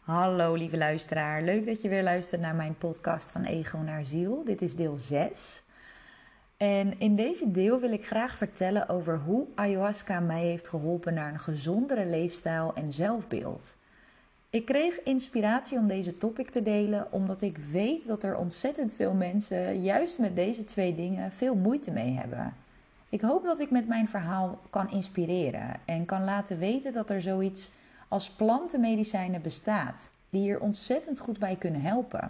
Hallo lieve luisteraar, leuk dat je weer luistert naar mijn podcast van Ego naar Ziel. Dit is deel 6. En in deze deel wil ik graag vertellen over hoe ayahuasca mij heeft geholpen naar een gezondere leefstijl en zelfbeeld. Ik kreeg inspiratie om deze topic te delen omdat ik weet dat er ontzettend veel mensen juist met deze twee dingen veel moeite mee hebben. Ik hoop dat ik met mijn verhaal kan inspireren en kan laten weten dat er zoiets als plantenmedicijnen bestaat, die hier ontzettend goed bij kunnen helpen.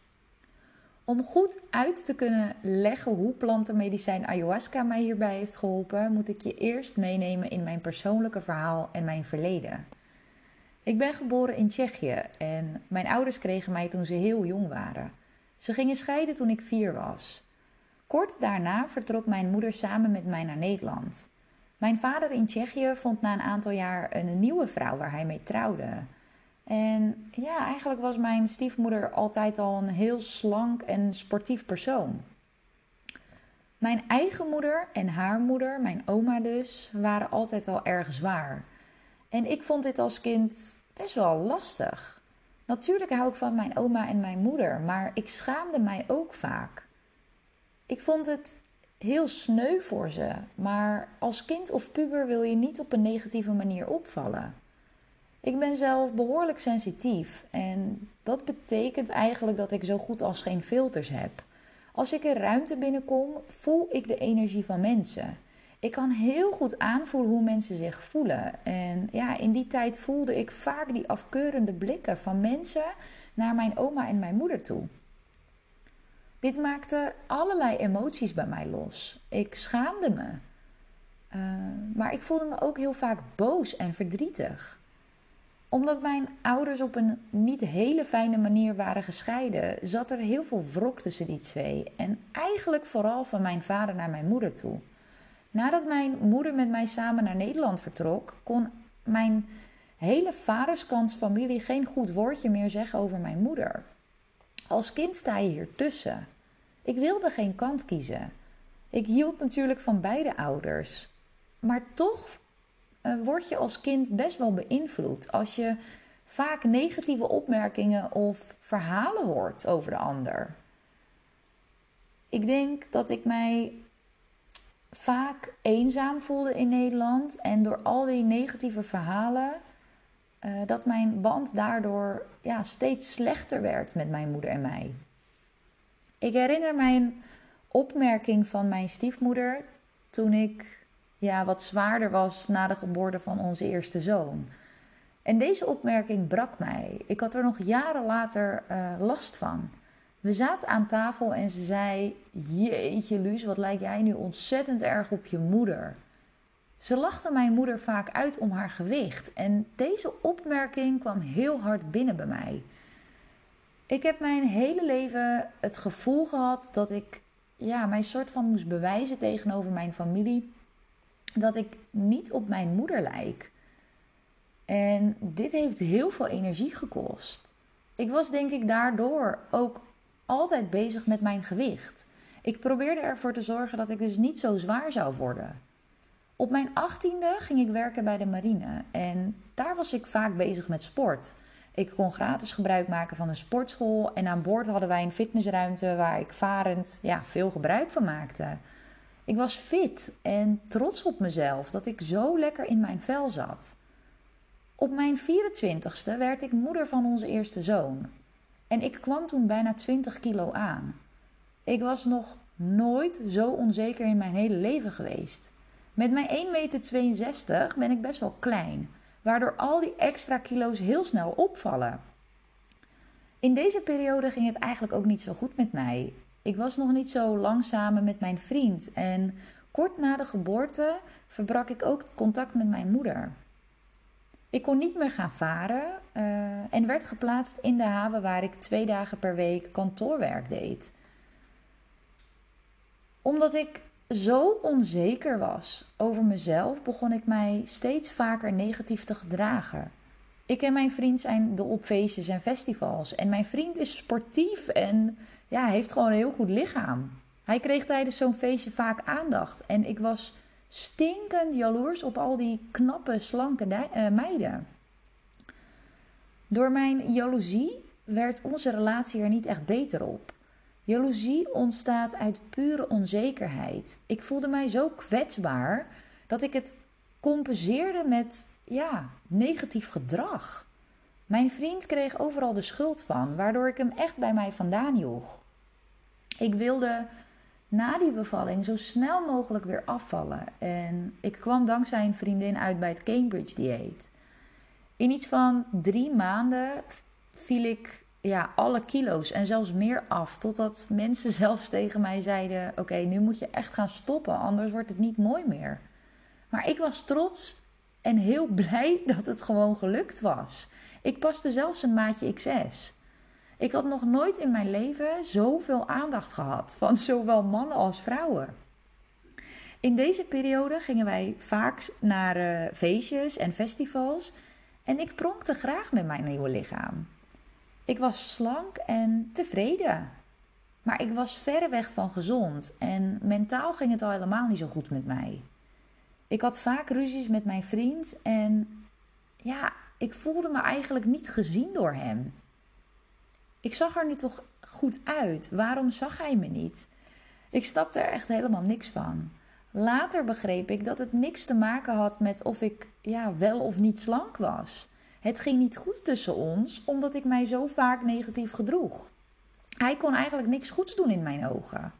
Om goed uit te kunnen leggen hoe plantenmedicijn ayahuasca mij hierbij heeft geholpen, moet ik je eerst meenemen in mijn persoonlijke verhaal en mijn verleden. Ik ben geboren in Tsjechië en mijn ouders kregen mij toen ze heel jong waren. Ze gingen scheiden toen ik 4 was. Kort daarna vertrok mijn moeder samen met mij naar Nederland. Mijn vader in Tsjechië vond na een aantal jaar een nieuwe vrouw waar hij mee trouwde. En ja, eigenlijk was mijn stiefmoeder altijd al een heel slank en sportief persoon. Mijn eigen moeder en haar moeder, mijn oma dus, waren altijd al erg zwaar. En ik vond dit als kind best wel lastig. Natuurlijk hou ik van mijn oma en mijn moeder, maar ik schaamde mij ook vaak. Ik vond het heel sneu voor ze, maar als kind of puber wil je niet op een negatieve manier opvallen. Ik ben zelf behoorlijk sensitief en dat betekent eigenlijk dat ik zo goed als geen filters heb. Als ik een ruimte binnenkom, voel ik de energie van mensen. Ik kan heel goed aanvoelen hoe mensen zich voelen. En ja, in die tijd voelde ik vaak die afkeurende blikken van mensen naar mijn oma en mijn moeder toe. Dit maakte allerlei emoties bij mij los. Ik schaamde me. Maar ik voelde me ook heel vaak boos en verdrietig. Omdat mijn ouders op een niet hele fijne manier waren gescheiden, zat er heel veel wrok tussen die twee. En eigenlijk vooral van mijn vader naar mijn moeder toe. Nadat mijn moeder met mij samen naar Nederland vertrok, kon mijn hele vaderskant familie geen goed woordje meer zeggen over mijn moeder. Als kind sta je hier tussen. Ik wilde geen kant kiezen. Ik hield natuurlijk van beide ouders. Maar toch word je als kind best wel beïnvloed als je vaak negatieve opmerkingen of verhalen hoort over de ander. Ik denk dat ik mij vaak eenzaam voelde in Nederland en door al die negatieve verhalen dat mijn band daardoor steeds slechter werd met mijn moeder en mij. Ik herinner mij een opmerking van mijn stiefmoeder toen ik wat zwaarder was na de geboorte van onze eerste zoon. En deze opmerking brak mij. Ik had er nog jaren later last van. We zaten aan tafel en ze zei: "Jeetje Luus, wat lijk jij nu ontzettend erg op je moeder." Ze lachte mijn moeder vaak uit om haar gewicht. En deze opmerking kwam heel hard binnen bij mij. Ik heb mijn hele leven het gevoel gehad dat ik mij soort van moest bewijzen tegenover mijn familie dat ik niet op mijn moeder lijk. En dit heeft heel veel energie gekost. Ik was denk ik daardoor ook altijd bezig met mijn gewicht. Ik probeerde ervoor te zorgen dat ik dus niet zo zwaar zou worden. Op mijn 18e ging ik werken bij de marine en daar was ik vaak bezig met sport. Ik kon gratis gebruik maken van een sportschool en aan boord hadden wij een fitnessruimte waar ik varend veel gebruik van maakte. Ik was fit en trots op mezelf dat ik zo lekker in mijn vel zat. Op mijn 24ste werd ik moeder van onze eerste zoon. En ik kwam toen bijna 20 kilo aan. Ik was nog nooit zo onzeker in mijn hele leven geweest. Met mijn 1,62 meter ben ik best wel klein, waardoor al die extra kilo's heel snel opvallen. In deze periode ging het eigenlijk ook niet zo goed met mij. Ik was nog niet zo lang samen met mijn vriend en kort na de geboorte verbrak ik ook contact met mijn moeder. Ik kon niet meer gaan varen en werd geplaatst in de haven waar ik 2 dagen per week kantoorwerk deed. Omdat ik zo onzeker was over mezelf, begon ik mij steeds vaker negatief te gedragen. Ik en mijn vriend zijn dol op feestjes en festivals. En mijn vriend is sportief en heeft gewoon een heel goed lichaam. Hij kreeg tijdens zo'n feestje vaak aandacht. En ik was stinkend jaloers op al die knappe, slanke meiden. Door mijn jaloezie werd onze relatie er niet echt beter op. Jaloezie ontstaat uit pure onzekerheid. Ik voelde mij zo kwetsbaar dat ik het compenseerde met negatief gedrag. Mijn vriend kreeg overal de schuld van, waardoor ik hem echt bij mij vandaan joeg. Ik wilde na die bevalling zo snel mogelijk weer afvallen. En ik kwam dankzij een vriendin uit bij het Cambridge dieet. In iets van 3 maanden viel ik alle kilo's en zelfs meer af. Totdat mensen zelfs tegen mij zeiden: oké, nu moet je echt gaan stoppen, anders wordt het niet mooi meer. Maar ik was trots en heel blij dat het gewoon gelukt was. Ik paste zelfs een maatje XS. Ik had nog nooit in mijn leven zoveel aandacht gehad van zowel mannen als vrouwen. In deze periode gingen wij vaak naar feestjes en festivals en ik pronkte graag met mijn nieuwe lichaam. Ik was slank en tevreden, maar ik was verreweg van gezond en mentaal ging het al helemaal niet zo goed met mij. Ik had vaak ruzies met mijn vriend en ik voelde me eigenlijk niet gezien door hem. Ik zag er nu toch goed uit. Waarom zag hij me niet? Ik snapte er echt helemaal niks van. Later begreep ik dat het niks te maken had met of ik wel of niet slank was. Het ging niet goed tussen ons, omdat ik mij zo vaak negatief gedroeg. Hij kon eigenlijk niks goeds doen in mijn ogen.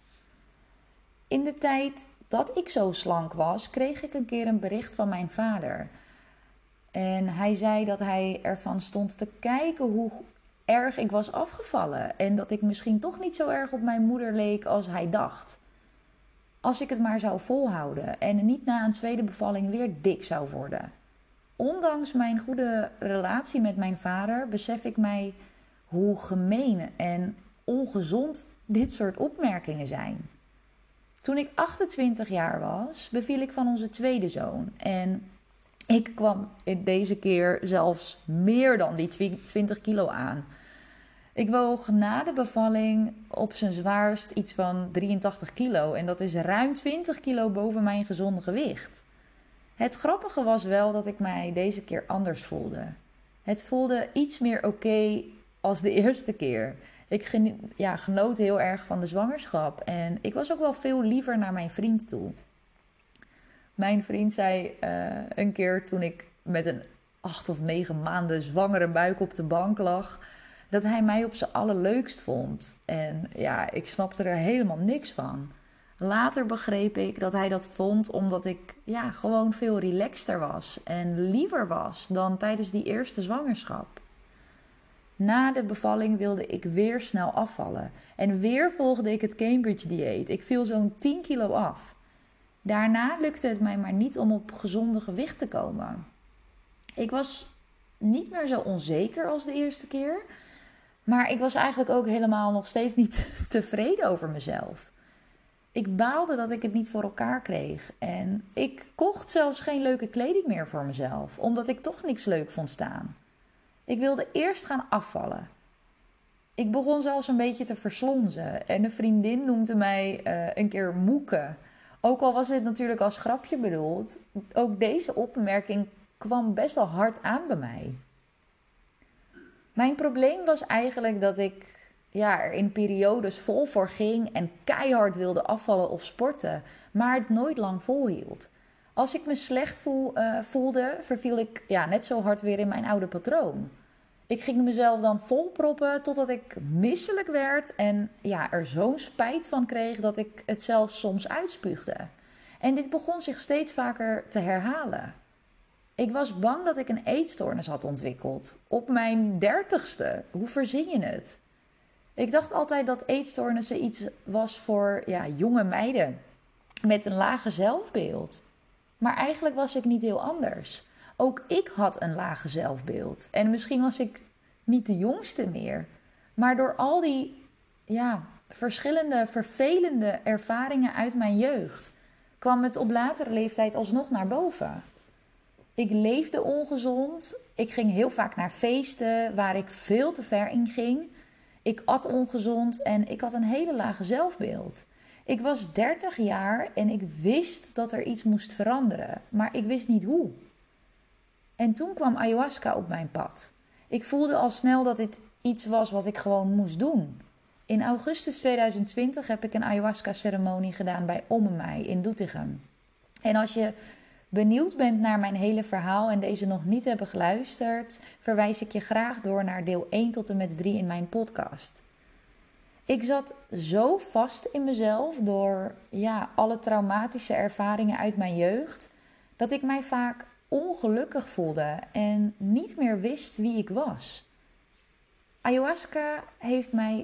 In de tijd dat ik zo slank was, kreeg ik een keer een bericht van mijn vader. En hij zei dat hij ervan stond te kijken hoe erg ik was afgevallen. En dat ik misschien toch niet zo erg op mijn moeder leek als hij dacht. Als ik het maar zou volhouden en niet na een tweede bevalling weer dik zou worden. Ondanks mijn goede relatie met mijn vader besef ik mij hoe gemeen en ongezond dit soort opmerkingen zijn. Toen ik 28 jaar was, beviel ik van onze tweede zoon. En ik kwam deze keer zelfs meer dan die 20 kilo aan. Ik woog na de bevalling op zijn zwaarst iets van 83 kilo. En dat is ruim 20 kilo boven mijn gezonde gewicht. Het grappige was wel dat ik mij deze keer anders voelde. Het voelde iets meer oké als de eerste keer. Ik genoot heel erg van de zwangerschap. En ik was ook wel veel liever naar mijn vriend toe. Mijn vriend zei een keer toen ik met een 8 of 9 maanden zwangere buik op de bank lag, dat hij mij op zijn allerleukst vond. En ik snapte er helemaal niks van. Later begreep ik dat hij dat vond omdat ik gewoon veel relaxter was en liever was dan tijdens die eerste zwangerschap. Na de bevalling wilde ik weer snel afvallen. En weer volgde ik het Cambridge dieet. Ik viel zo'n 10 kilo af. Daarna lukte het mij maar niet om op gezonde gewicht te komen. Ik was niet meer zo onzeker als de eerste keer. Maar ik was eigenlijk ook helemaal nog steeds niet tevreden over mezelf. Ik baalde dat ik het niet voor elkaar kreeg. En ik kocht zelfs geen leuke kleding meer voor mezelf. Omdat ik toch niks leuk vond staan. Ik wilde eerst gaan afvallen. Ik begon zelfs een beetje te verslonzen. En een vriendin noemde mij een keer moeke. Ook al was dit natuurlijk als grapje bedoeld. Ook deze opmerking kwam best wel hard aan bij mij. Mijn probleem was eigenlijk dat ik er in periodes vol voor ging en keihard wilde afvallen of sporten, maar het nooit lang volhield. Als ik me slecht voelde, verviel ik net zo hard weer in mijn oude patroon. Ik ging mezelf dan volproppen totdat ik misselijk werd en er zo'n spijt van kreeg dat ik het zelfs soms uitspuugde. En dit begon zich steeds vaker te herhalen. Ik was bang dat ik een eetstoornis had ontwikkeld. Op mijn 30ste. Hoe verzin je het? Ik dacht altijd dat eetstoornissen iets was voor jonge meiden met een lage zelfbeeld. Maar eigenlijk was ik niet heel anders. Ook ik had een lage zelfbeeld. En misschien was ik niet de jongste meer. Maar door al die verschillende, vervelende ervaringen uit mijn jeugd kwam het op latere leeftijd alsnog naar boven. Ik leefde ongezond. Ik ging heel vaak naar feesten waar ik veel te ver in ging. Ik at ongezond en ik had een hele lage zelfbeeld. Ik was 30 jaar en ik wist dat er iets moest veranderen, maar ik wist niet hoe. En toen kwam ayahuasca op mijn pad. Ik voelde al snel dat dit iets was wat ik gewoon moest doen. In augustus 2020 heb ik een ayahuasca-ceremonie gedaan bij Ommemij in Doetinchem. En als je benieuwd bent naar mijn hele verhaal en deze nog niet hebben geluisterd, verwijs ik je graag door naar deel 1 tot en met 3 in mijn podcast. Ik zat zo vast in mezelf door alle traumatische ervaringen uit mijn jeugd, dat ik mij vaak ongelukkig voelde en niet meer wist wie ik was. Ayahuasca heeft mij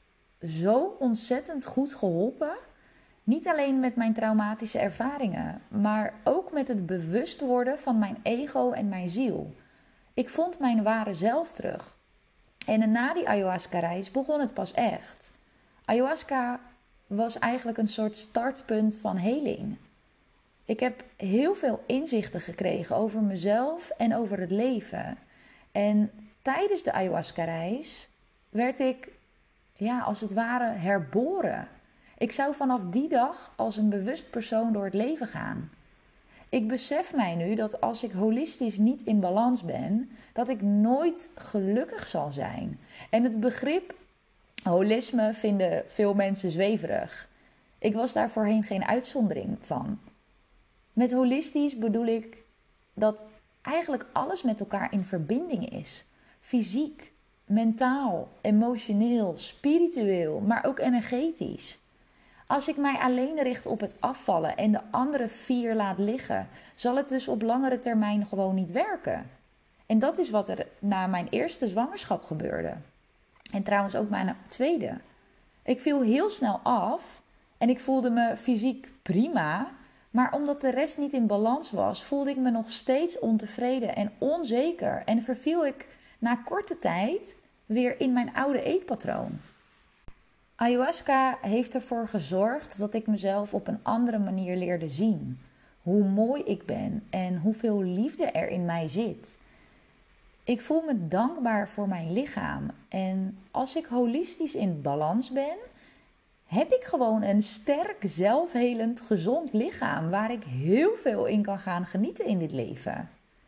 zo ontzettend goed geholpen. Niet alleen met mijn traumatische ervaringen, maar ook met het bewust worden van mijn ego en mijn ziel. Ik vond mijn ware zelf terug. En na die ayahuasca-reis begon het pas echt. Ayahuasca was eigenlijk een soort startpunt van heling. Ik heb heel veel inzichten gekregen over mezelf en over het leven. En tijdens de ayahuasca-reis werd ik, als het ware, herboren. Ik zou vanaf die dag als een bewust persoon door het leven gaan. Ik besef mij nu dat als ik holistisch niet in balans ben, dat ik nooit gelukkig zal zijn. En het begrip holisme vinden veel mensen zweverig. Ik was daar voorheen geen uitzondering van. Met holistisch bedoel ik dat eigenlijk alles met elkaar in verbinding is. Fysiek, mentaal, emotioneel, spiritueel, maar ook energetisch. Als ik mij alleen richt op het afvallen en de andere 4 laat liggen, zal het dus op langere termijn gewoon niet werken. En dat is wat er na mijn eerste zwangerschap gebeurde. En trouwens ook mijn tweede. Ik viel heel snel af en ik voelde me fysiek prima, maar omdat de rest niet in balans was, voelde ik me nog steeds ontevreden en onzeker en verviel ik na korte tijd weer in mijn oude eetpatroon. Ayahuasca heeft ervoor gezorgd dat ik mezelf op een andere manier leerde zien. Hoe mooi ik ben en hoeveel liefde er in mij zit. Ik voel me dankbaar voor mijn lichaam. En als ik holistisch in balans ben, heb ik gewoon een sterk, zelfhelend, gezond lichaam waar ik heel veel in kan gaan genieten in dit leven.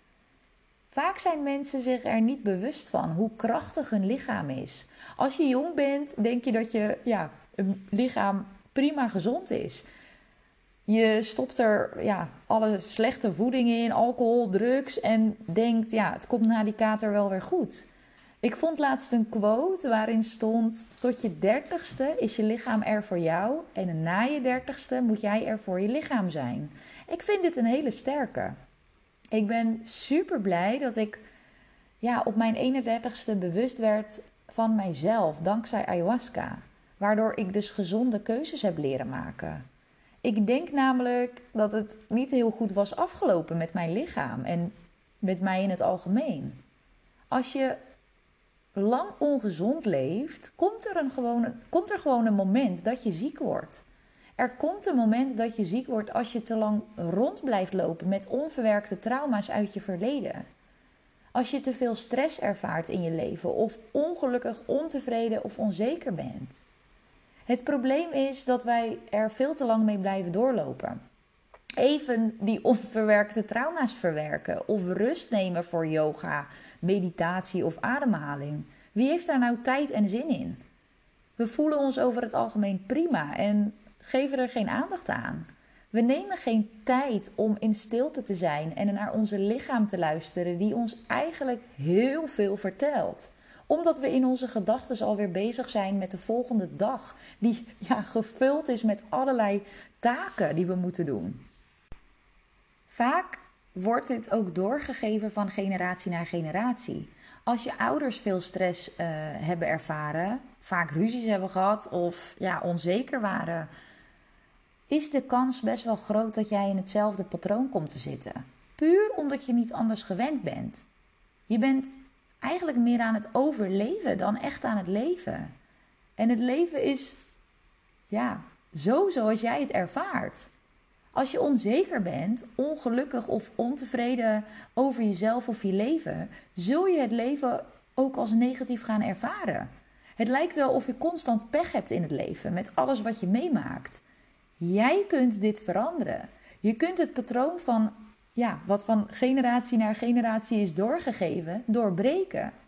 Vaak zijn mensen zich er niet bewust van hoe krachtig hun lichaam is. Als je jong bent, denk je dat je een lichaam prima gezond is. Je stopt er alle slechte voeding in, alcohol, drugs en denkt het komt na die kater wel weer goed. Ik vond laatst een quote waarin stond: tot je 30ste is je lichaam er voor jou en na je 30ste moet jij er voor je lichaam zijn. Ik vind dit een hele sterke. Ik ben super blij dat ik op mijn 31ste bewust werd van mijzelf dankzij ayahuasca. Waardoor ik dus gezonde keuzes heb leren maken. Ik denk namelijk dat het niet heel goed was afgelopen met mijn lichaam en met mij in het algemeen. Als je lang ongezond leeft, komt er gewoon een moment dat je ziek wordt. Er komt een moment dat je ziek wordt als je te lang rond blijft lopen met onverwerkte trauma's uit je verleden. Als je te veel stress ervaart in je leven of ongelukkig, ontevreden of onzeker bent. Het probleem is dat wij er veel te lang mee blijven doorlopen. Even die onverwerkte trauma's verwerken of rust nemen voor yoga, meditatie of ademhaling. Wie heeft daar nou tijd en zin in? We voelen ons over het algemeen prima en geven er geen aandacht aan. We nemen geen tijd om in stilte te zijn en naar onze lichaam te luisteren die ons eigenlijk heel veel vertelt. Omdat we in onze gedachten alweer bezig zijn met de volgende dag. Die gevuld is met allerlei taken die we moeten doen. Vaak wordt dit ook doorgegeven van generatie naar generatie. Als je ouders veel stress hebben ervaren, vaak ruzies hebben gehad of onzeker waren, is de kans best wel groot dat jij in hetzelfde patroon komt te zitten. Puur omdat je niet anders gewend bent. Je bent eigenlijk meer aan het overleven dan echt aan het leven. En het leven is zo zoals jij het ervaart. Als je onzeker bent, ongelukkig of ontevreden over jezelf of je leven, zul je het leven ook als negatief gaan ervaren. Het lijkt wel of je constant pech hebt in het leven met alles wat je meemaakt. Jij kunt dit veranderen. Je kunt het patroon van wat van generatie naar generatie is doorgegeven, doorbreken.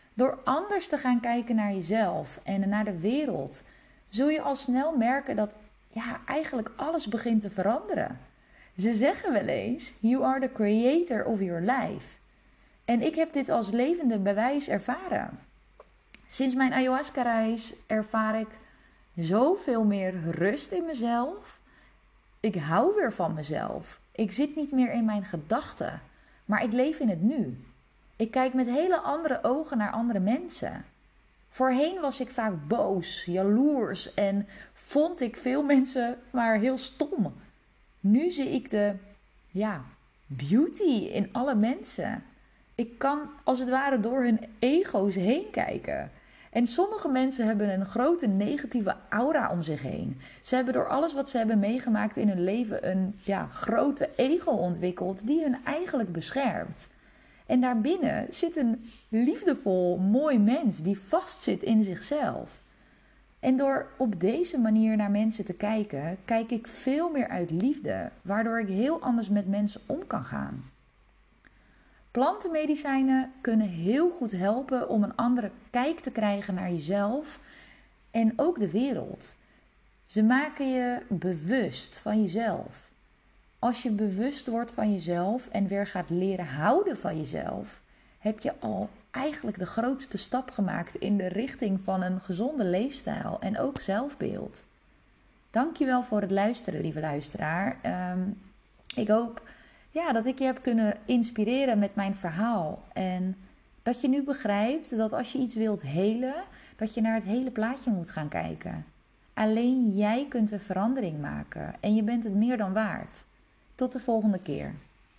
Door anders te gaan kijken naar jezelf en naar de wereld, zul je al snel merken dat eigenlijk alles begint te veranderen. Ze zeggen wel eens, you are the creator of your life. En ik heb dit als levende bewijs ervaren. Sinds mijn ayahuasca-reis ervaar ik zoveel meer rust in mezelf. Ik hou weer van mezelf. Ik zit niet meer in mijn gedachten, maar ik leef in het nu. Ik kijk met hele andere ogen naar andere mensen. Voorheen was ik vaak boos, jaloers en vond ik veel mensen maar heel stom. Nu zie ik de beauty in alle mensen. Ik kan als het ware door hun ego's heen kijken. En sommige mensen hebben een grote negatieve aura om zich heen. Ze hebben door alles wat ze hebben meegemaakt in hun leven een grote ego ontwikkeld die hun eigenlijk beschermt. En daarbinnen zit een liefdevol, mooi mens die vastzit in zichzelf. En door op deze manier naar mensen te kijken, kijk ik veel meer uit liefde, waardoor ik heel anders met mensen om kan gaan. Plantenmedicijnen kunnen heel goed helpen om een andere kijk te krijgen naar jezelf en ook de wereld. Ze maken je bewust van jezelf. Als je bewust wordt van jezelf en weer gaat leren houden van jezelf, heb je al eigenlijk de grootste stap gemaakt in de richting van een gezonde leefstijl en ook zelfbeeld. Dankjewel voor het luisteren, lieve luisteraar. Ik hoop dat ik je heb kunnen inspireren met mijn verhaal. En dat je nu begrijpt dat als je iets wilt helen, dat je naar het hele plaatje moet gaan kijken. Alleen jij kunt een verandering maken en je bent het meer dan waard. Tot de volgende keer.